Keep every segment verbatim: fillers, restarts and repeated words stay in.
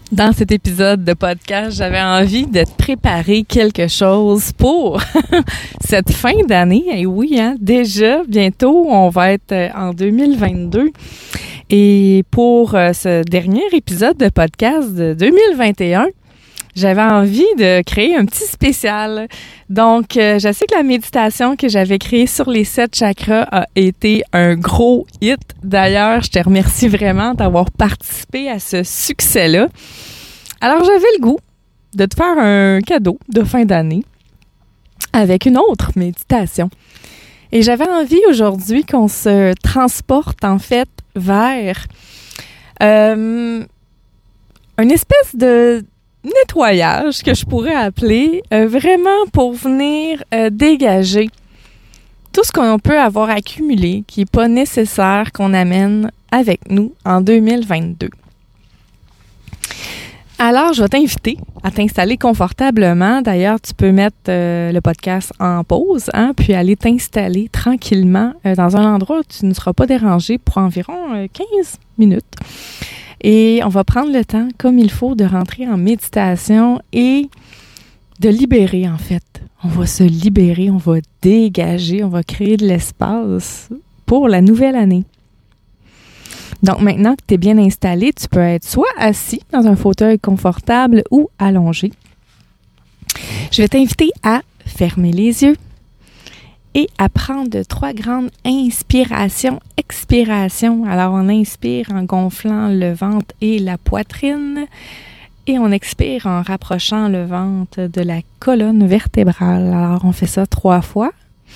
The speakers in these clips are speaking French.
Dans cet épisode de podcast, j'avais envie de te préparer quelque chose pour cette fin d'année. Et oui, hein, déjà, bientôt, on va être en deux mille vingt-deux. Et pour ce dernier épisode de podcast de deux mille vingt et un, j'avais envie de créer un petit spécial. Donc, euh, je sais que la méditation que j'avais créée sur les sept chakras a été un gros hit. D'ailleurs, je te remercie vraiment d'avoir participé à ce succès-là. Alors, j'avais le goût de te faire un cadeau de fin d'année avec une autre méditation. Et j'avais envie aujourd'hui qu'on se transporte en fait vers euh, une espèce de nettoyage que je pourrais appeler euh, vraiment pour venir euh, dégager tout ce qu'on peut avoir accumulé qui n'est pas nécessaire qu'on amène avec nous en deux mille vingt-deux. Alors, je vais t'inviter à t'installer confortablement. D'ailleurs, tu peux mettre euh, le podcast en pause, hein, puis aller t'installer tranquillement euh, dans un endroit où tu ne seras pas dérangé pour environ euh, quinze minutes. Et on va prendre le temps, comme il faut, de rentrer en méditation et de libérer, en fait. On va se libérer, on va dégager, on va créer de l'espace pour la nouvelle année. Donc, maintenant que tu es bien installé, tu peux être soit assis dans un fauteuil confortable ou allongé. Je vais t'inviter à fermer les yeux et à prendre trois grandes inspirations, expirations. Alors, on inspire en gonflant le ventre et la poitrine et on expire en rapprochant le ventre de la colonne vertébrale. Alors, on fait ça trois fois.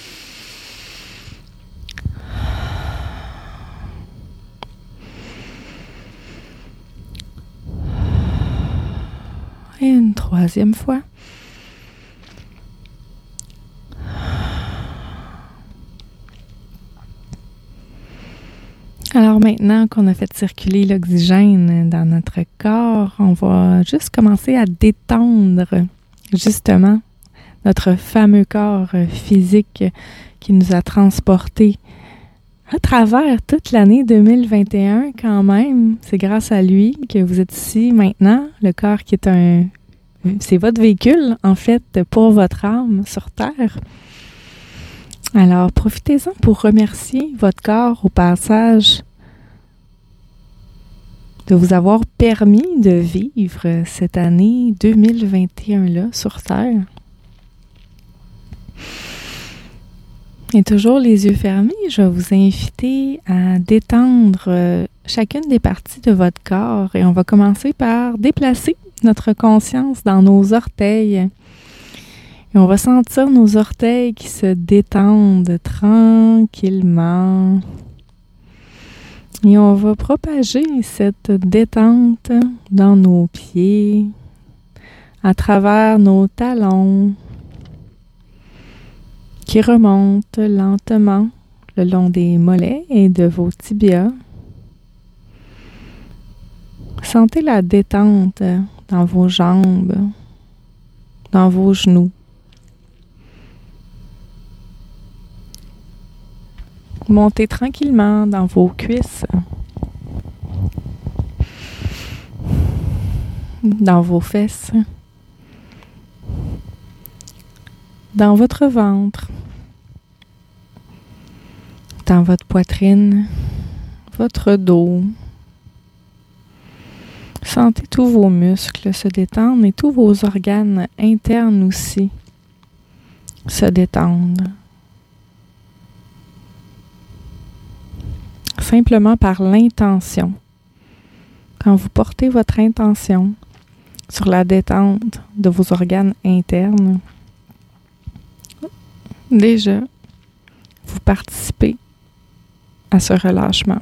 Et une troisième fois. Alors maintenant qu'on a fait circuler l'oxygène dans notre corps, on va juste commencer à détendre justement notre fameux corps physique qui nous a transportés à travers toute l'année deux mille vingt et un quand même. C'est grâce à lui que vous êtes ici maintenant. Le corps qui est un... C'est votre véhicule, en fait, pour votre âme sur Terre. Alors, profitez-en pour remercier votre corps au passage de vous avoir permis de vivre cette année deux mille vingt et un-là sur Terre. Et toujours les yeux fermés, je vais vous inviter à détendre euh, chacune des parties de votre corps et on va commencer par déplacer notre conscience dans nos orteils. Et on va sentir nos orteils qui se détendent tranquillement. Et on va propager cette détente dans nos pieds, à travers nos talons, qui remontent lentement le long des mollets et de vos tibias. Sentez la détente dans vos jambes, dans vos genoux. Montez tranquillement dans vos cuisses, dans vos fesses, dans votre ventre, dans votre poitrine, votre dos. Sentez tous vos muscles se détendre et tous vos organes internes aussi se détendre. Simplement par l'intention. Quand vous portez votre intention sur la détente de vos organes internes, déjà, vous participez à ce relâchement.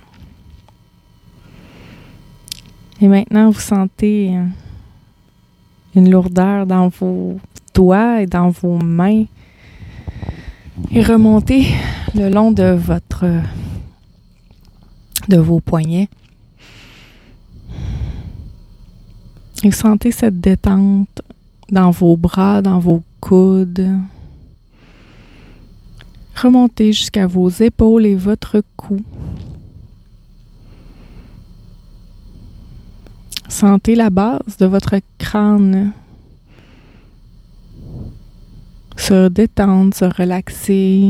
Et maintenant, vous sentez une lourdeur dans vos doigts et dans vos mains et remontez le long de votre de vos poignets. Et vous sentez cette détente dans vos bras, dans vos coudes. Remontez jusqu'à vos épaules et votre cou. Sentez la base de votre crâne se détendre, se relaxer,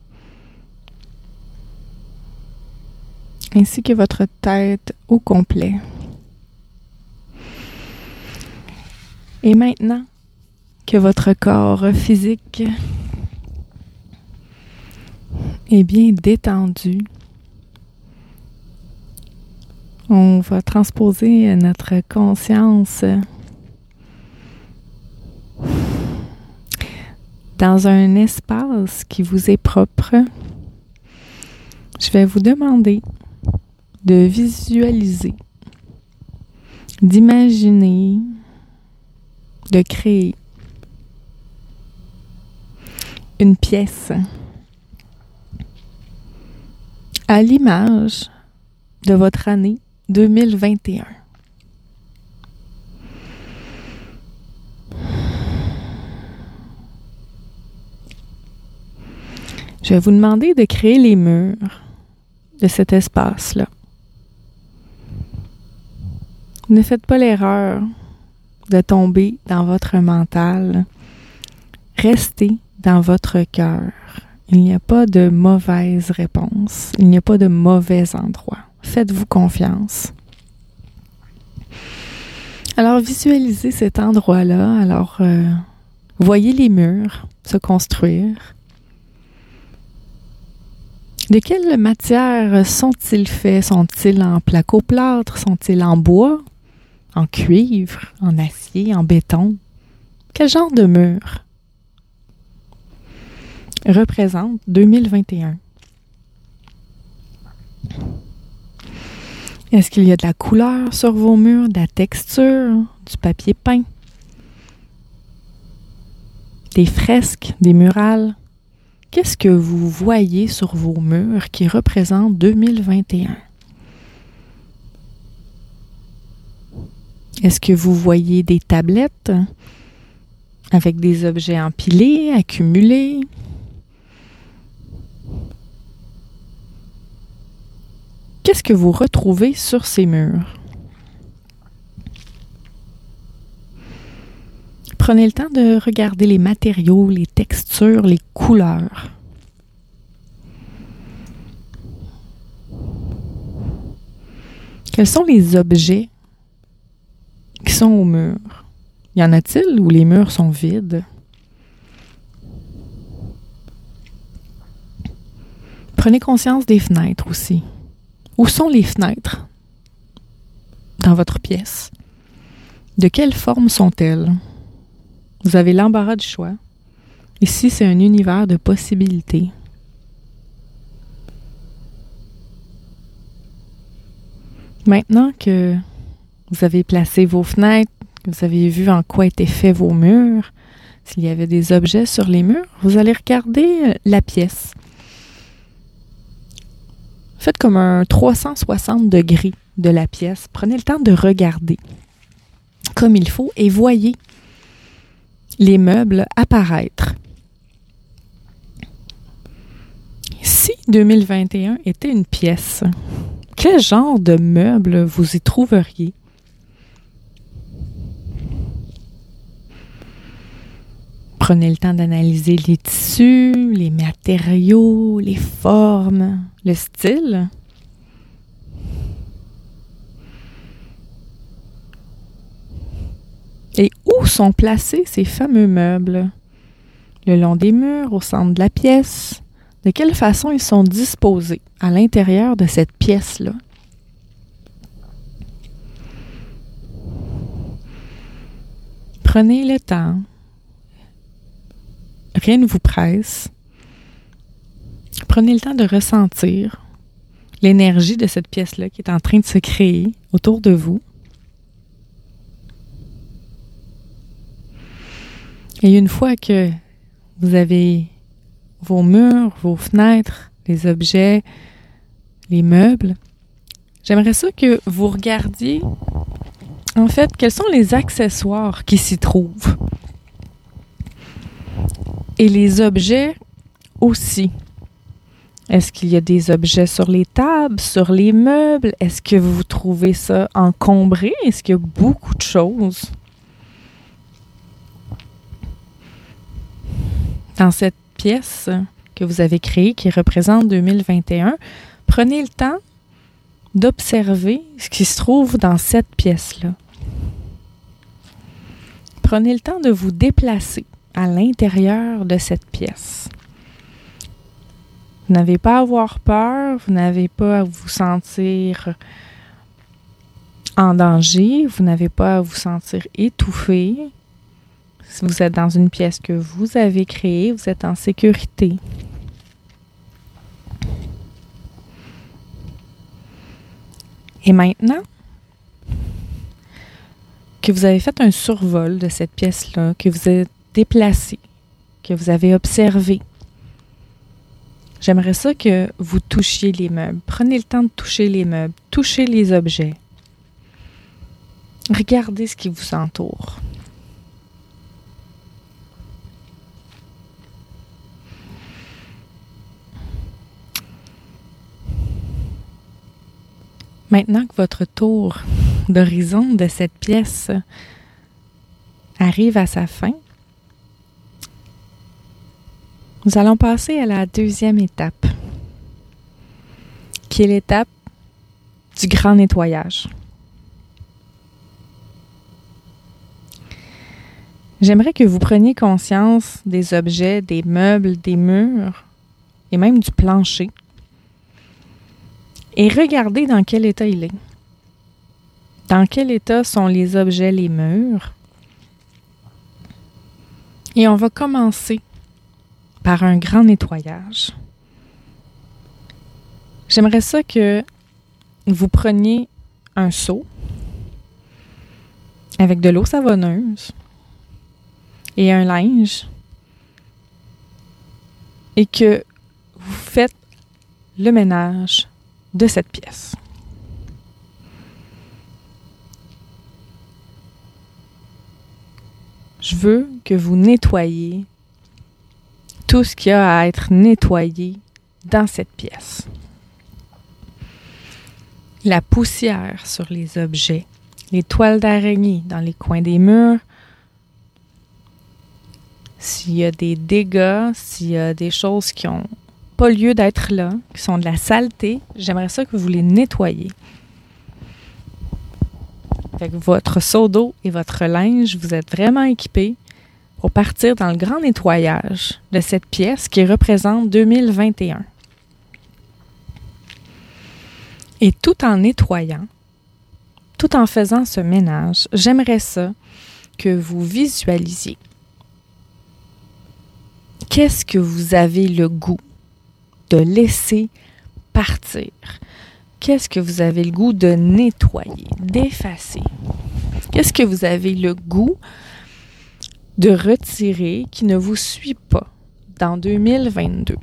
ainsi que votre tête au complet. Et maintenant que votre corps physique est bien détendu, on va transposer notre conscience dans un espace qui vous est propre. Je vais vous demander de visualiser, d'imaginer, de créer une pièce à l'image de votre année deux mille vingt et un. Je vais vous demander de créer les murs de cet espace-là. Ne faites pas l'erreur de tomber dans votre mental. Restez dans votre cœur. Il n'y a pas de mauvaise réponse. Il n'y a pas de mauvais endroit. Faites-vous confiance. Alors, visualisez cet endroit-là. Alors, euh, voyez les murs se construire. De quelle matière sont-ils faits? Sont-ils en placo-plâtre? Sont-ils en bois? En cuivre? En acier? En béton? Quel genre de mur représente deux mille vingt et un? Est-ce qu'il y a de la couleur sur vos murs, de la texture, du papier peint, des fresques, des murales? Qu'est-ce que vous voyez sur vos murs qui représente deux mille vingt et un? Est-ce que vous voyez des tablettes avec des objets empilés, accumulés? Qu'est-ce que vous retrouvez sur ces murs? Prenez le temps de regarder les matériaux, les textures, les couleurs. Quels sont les objets qui sont au mur? Y en a-t-il où les murs sont vides? Prenez conscience des fenêtres aussi. Où sont les fenêtres dans votre pièce? De quelle forme sont-elles? Vous avez l'embarras du choix. Ici, c'est un univers de possibilités. Maintenant que vous avez placé vos fenêtres, que vous avez vu en quoi étaient faits vos murs, s'il y avait des objets sur les murs, vous allez regarder la pièce. Faites comme un trois cent soixante degrés de la pièce. Prenez le temps de regarder comme il faut et voyez les meubles apparaître. Si deux mille vingt et un était une pièce, quel genre de meubles vous y trouveriez? Prenez le temps d'analyser les tissus, les matériaux, les formes, le style. Et où sont placés ces fameux meubles? Le long des murs, au centre de la pièce. De quelle façon ils sont disposés à l'intérieur de cette pièce-là? Prenez le temps. Rien ne vous presse. Prenez le temps de ressentir l'énergie de cette pièce-là qui est en train de se créer autour de vous. Et une fois que vous avez vos murs, vos fenêtres, les objets, les meubles, j'aimerais ça que vous regardiez, en fait, quels sont les accessoires qui s'y trouvent. Et les objets aussi. Est-ce qu'il y a des objets sur les tables, sur les meubles? Est-ce que vous trouvez ça encombré? Est-ce qu'il y a beaucoup de choses? Dans cette pièce que vous avez créée, qui représente deux mille vingt et un, prenez le temps d'observer ce qui se trouve dans cette pièce-là. Prenez le temps de vous déplacer à l'intérieur de cette pièce. Vous n'avez pas à avoir peur, vous n'avez pas à vous sentir en danger, vous n'avez pas à vous sentir étouffé. Si vous êtes dans une pièce que vous avez créée, vous êtes en sécurité. Et maintenant que vous avez fait un survol de cette pièce-là, que vous êtes déplacé, que vous avez observé, j'aimerais ça que vous touchiez les meubles. Prenez le temps de toucher les meubles, touchez les objets. Regardez ce qui vous entoure. Maintenant que votre tour d'horizon de cette pièce arrive à sa fin, nous allons passer à la deuxième étape, qui est l'étape du grand nettoyage. J'aimerais que vous preniez conscience des objets, des meubles, des murs et même du plancher et regardez dans quel état il est. Dans quel état sont les objets, les murs. Et on va commencer par un grand nettoyage. J'aimerais ça que vous preniez un seau avec de l'eau savonneuse et un linge et que vous faites le ménage de cette pièce. Je veux que vous nettoyiez tout ce qu'il y a à être nettoyé dans cette pièce. La poussière sur les objets, les toiles d'araignée dans les coins des murs, s'il y a des dégâts, s'il y a des choses qui n'ont pas lieu d'être là, qui sont de la saleté, j'aimerais ça que vous les nettoyiez. Avec votre seau d'eau et votre linge, vous êtes vraiment équipés pour partir dans le grand nettoyage de cette pièce qui représente deux mille vingt et un. Et tout en nettoyant, tout en faisant ce ménage, j'aimerais ça que vous visualisiez. Qu'est-ce que vous avez le goût de laisser partir? Qu'est-ce que vous avez le goût de nettoyer, d'effacer? Qu'est-ce que vous avez le goût de retirer qui ne vous suit pas dans deux mille vingt-deux?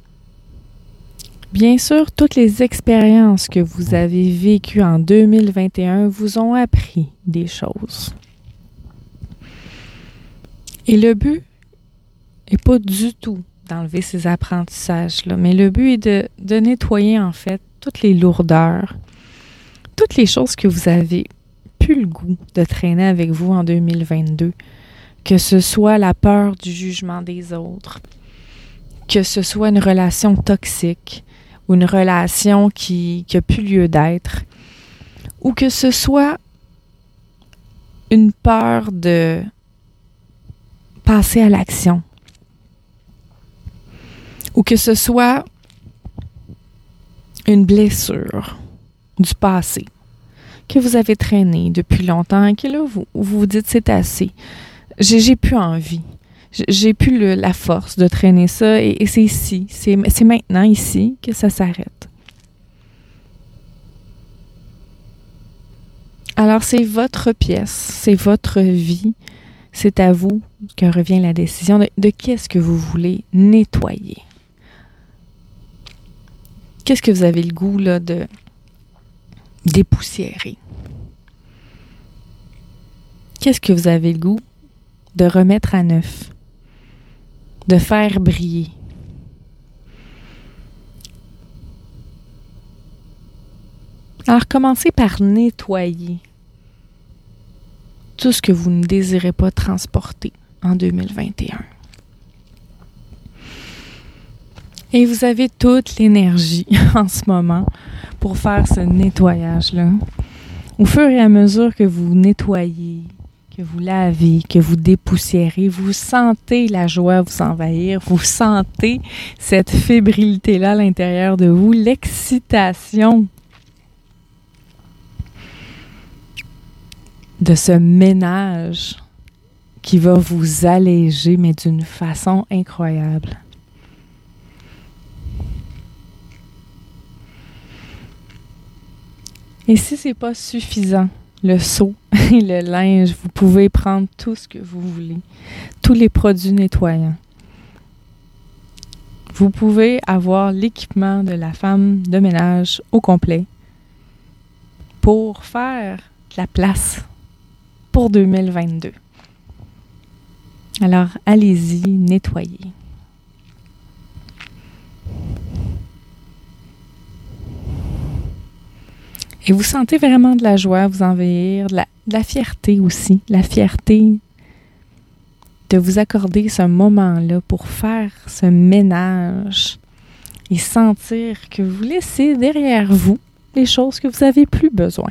Bien sûr, toutes les expériences que vous avez vécues en deux mille vingt et un vous ont appris des choses. Et le but n'est pas du tout d'enlever ces apprentissages-là, mais le but est de, de nettoyer en fait toutes les lourdeurs, toutes les choses que vous avez plus le goût de traîner avec vous en deux mille vingt-deux, que ce soit la peur du jugement des autres, que ce soit une relation toxique ou une relation qui n'a plus lieu d'être, ou que ce soit une peur de passer à l'action, ou que ce soit une blessure du passé que vous avez traîné depuis longtemps et que là, vous vous, vous dites c'est assez. J'ai, j'ai plus envie. J'ai, j'ai plus le, la force de traîner ça et, et c'est ici, c'est, c'est maintenant ici que ça s'arrête. Alors, c'est votre pièce, c'est votre vie. C'est à vous que revient la décision de, de qu'est-ce que vous voulez nettoyer. Qu'est-ce que vous avez le goût là, de dépoussiérer? Qu'est-ce que vous avez le goût de remettre à neuf? De faire briller? Alors, commencez par nettoyer tout ce que vous ne désirez pas transporter en deux mille vingt et un. Et vous avez toute l'énergie en ce moment pour faire ce nettoyage-là. Au fur et à mesure que vous nettoyez, que vous lavez, que vous dépoussiérez, vous sentez la joie vous envahir, vous sentez cette fébrilité-là à l'intérieur de vous, l'excitation de ce ménage qui va vous alléger, mais d'une façon incroyable. Et si c'est pas suffisant, le seau et le linge, vous pouvez prendre tout ce que vous voulez, tous les produits nettoyants. Vous pouvez avoir l'équipement de la femme de ménage au complet pour faire de la place pour deux mille vingt-deux. Alors, allez-y, nettoyez. Et vous sentez vraiment de la joie vous envahir, de la, de la fierté aussi, la fierté de vous accorder ce moment-là pour faire ce ménage et sentir que vous laissez derrière vous les choses que vous n'avez plus besoin.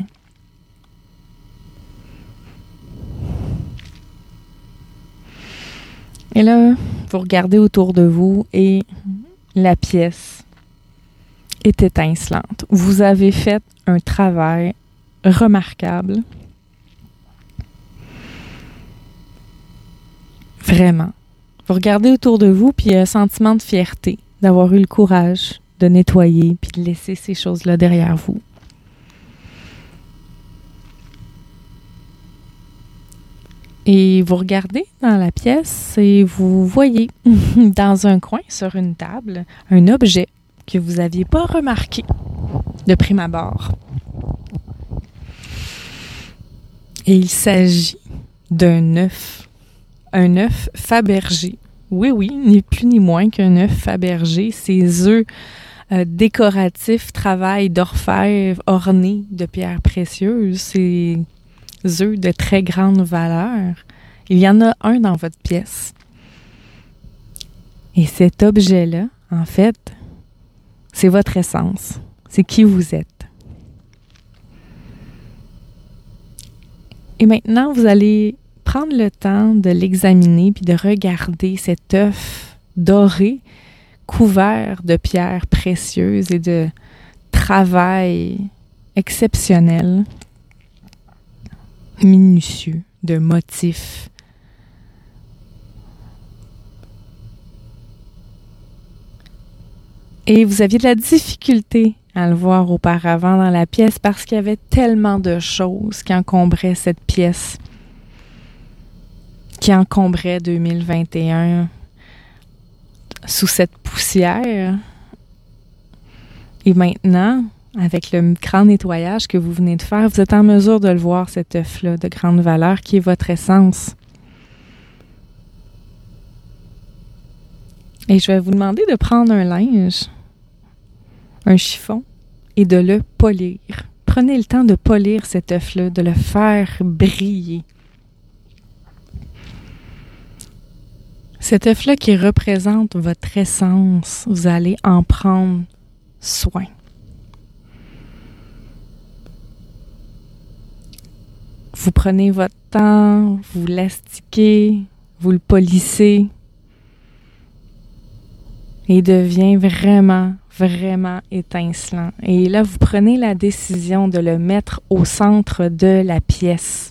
Et là, vous regardez autour de vous et la pièce est étincelante. Vous avez fait un travail remarquable. Vraiment. Vous regardez autour de vous, puis il y a un sentiment de fierté d'avoir eu le courage de nettoyer puis de laisser ces choses-là derrière vous. Et vous regardez dans la pièce et vous voyez dans un coin, sur une table, un objet que vous n'aviez pas remarqué de prime abord. Et il s'agit d'un œuf. Un œuf Fabergé. Oui, oui, ni plus ni moins qu'un œuf Fabergé. Ces œufs euh, décoratifs, travail d'orfèvre ornés de pierres précieuses. Ces œufs de très grande valeur. Il y en a un dans votre pièce. Et cet objet-là, en fait, c'est votre essence. C'est qui vous êtes. Et maintenant, vous allez prendre le temps de l'examiner puis de regarder cet œuf doré couvert de pierres précieuses et de travail exceptionnel, minutieux, de motifs. Et vous aviez de la difficulté à le voir auparavant dans la pièce parce qu'il y avait tellement de choses qui encombraient cette pièce, qui encombrait deux mille vingt et un sous cette poussière. Et maintenant, avec le grand nettoyage que vous venez de faire, vous êtes en mesure de le voir, cet œuf-là de grande valeur qui est votre essence. Et je vais vous demander de prendre un linge, un chiffon, et de le polir. Prenez le temps de polir cet œuf-là, de le faire briller. Cet œuf-là qui représente votre essence, vous allez en prendre soin. Vous prenez votre temps, vous l'astiquez, vous le polissez et il devient vraiment, vraiment étincelant. Et là, vous prenez la décision de le mettre au centre de la pièce.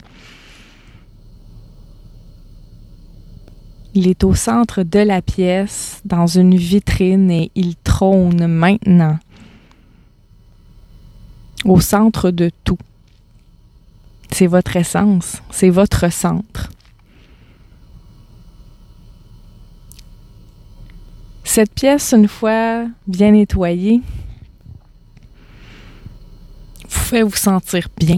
Il est au centre de la pièce, dans une vitrine, et il trône maintenant au centre de tout. C'est votre essence, c'est votre centre. Cette pièce, une fois bien nettoyée, vous fait vous sentir bien,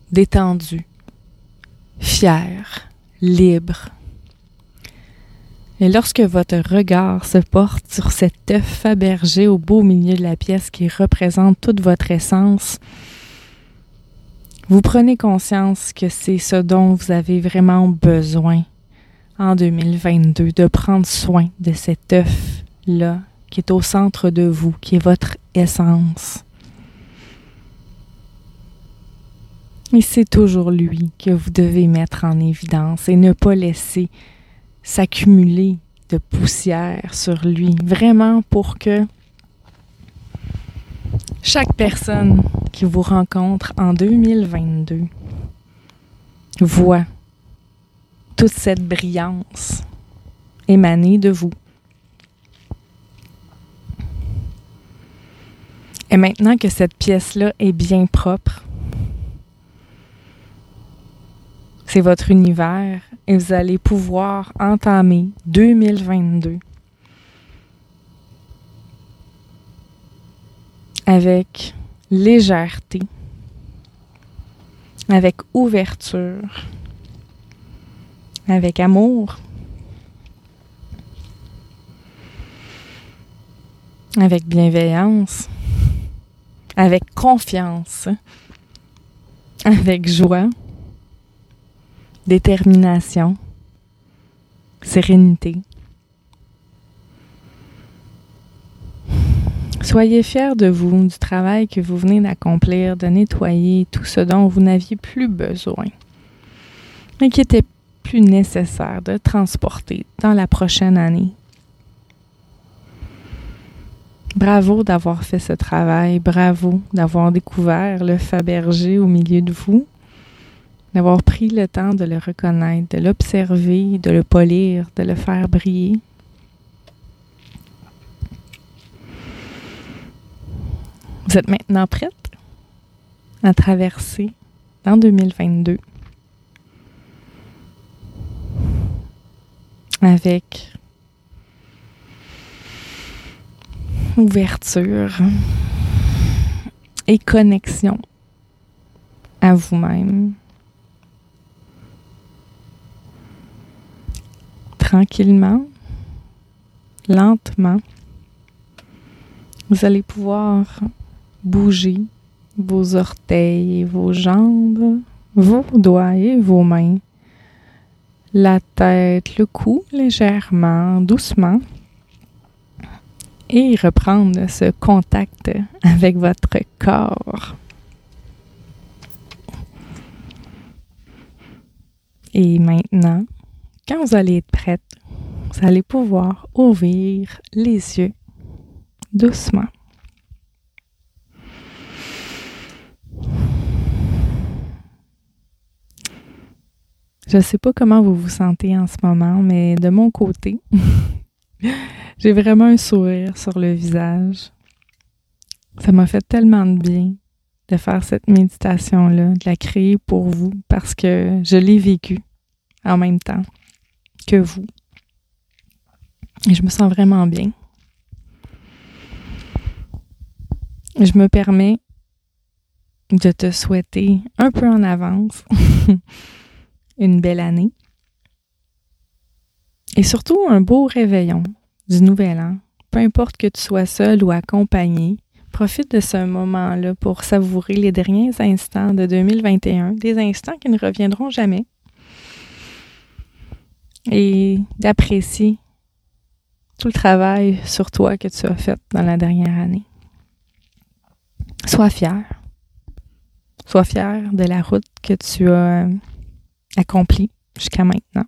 détendu, fier, libre. Et lorsque votre regard se porte sur cet œuf Fabergé au beau milieu de la pièce qui représente toute votre essence, vous prenez conscience que c'est ce dont vous avez vraiment besoin en deux mille vingt-deux, de prendre soin de cet œuf-là qui est au centre de vous, qui est votre essence. Et c'est toujours lui que vous devez mettre en évidence et ne pas laisser s'accumuler de poussière sur lui, vraiment pour que chaque personne qui vous rencontre en deux mille vingt-deux voit toute cette brillance émaner de vous. Et maintenant que cette pièce-là est bien propre, c'est votre univers et vous allez pouvoir entamer deux mille vingt-deux avec légèreté, avec ouverture, avec amour, avec bienveillance, avec confiance, avec joie, détermination, sérénité. Soyez fiers de vous, du travail que vous venez d'accomplir, de nettoyer tout ce dont vous n'aviez plus besoin, mais qui était plus nécessaire de transporter dans la prochaine année. Bravo d'avoir fait ce travail, bravo d'avoir découvert le Fabergé au milieu de vous, d'avoir pris le temps de le reconnaître, de l'observer, de le polir, de le faire briller. Vous êtes maintenant prête à traverser dans deux mille vingt-deux avec ouverture et connexion à vous-même. Tranquillement, lentement, vous allez pouvoir bouger vos orteils, vos jambes, vos doigts et vos mains, la tête, le cou légèrement, doucement, et reprendre ce contact avec votre corps. Et maintenant, quand vous allez être prête, vous allez pouvoir ouvrir les yeux doucement. Je ne sais pas comment vous vous sentez en ce moment, mais de mon côté, j'ai vraiment un sourire sur le visage. Ça m'a fait tellement de bien de faire cette méditation-là, de la créer pour vous, parce que je l'ai vécue en même temps que vous. Et je me sens vraiment bien. Je me permets de te souhaiter un peu en avance une belle année et surtout un beau réveillon du nouvel an. Peu importe que tu sois seul ou accompagné, profite de ce moment-là pour savourer les derniers instants de deux mille vingt et un, des instants qui ne reviendront jamais, et d'apprécier tout le travail sur toi que tu as fait dans la dernière année. Sois fier. Sois fier de la route que tu as accomplie jusqu'à maintenant.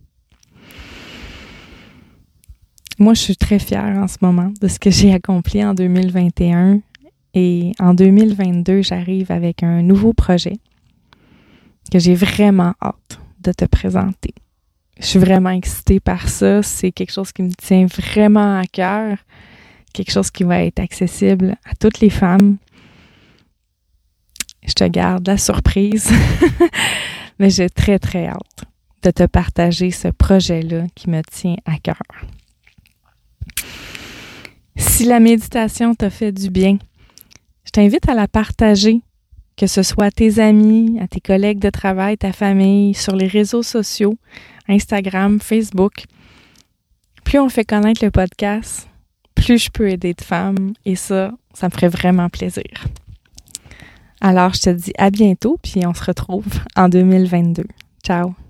Moi, je suis très fière en ce moment de ce que j'ai accompli en deux mille vingt et un. Et en deux mille vingt-deux, j'arrive avec un nouveau projet que j'ai vraiment hâte de te présenter. Je suis vraiment excitée par ça. C'est quelque chose qui me tient vraiment à cœur. Quelque chose qui va être accessible à toutes les femmes. Je te garde la surprise. Mais j'ai très, très hâte de te partager ce projet-là qui me tient à cœur. Si la méditation t'a fait du bien, je t'invite à la partager, que ce soit à tes amis, à tes collègues de travail, ta famille, sur les réseaux sociaux, Instagram, Facebook. plus on fait connaître le podcast, plus je peux aider de femmes. Et ça, ça me ferait vraiment plaisir. Alors, je te dis à bientôt, puis on se retrouve en deux mille vingt-deux. Ciao!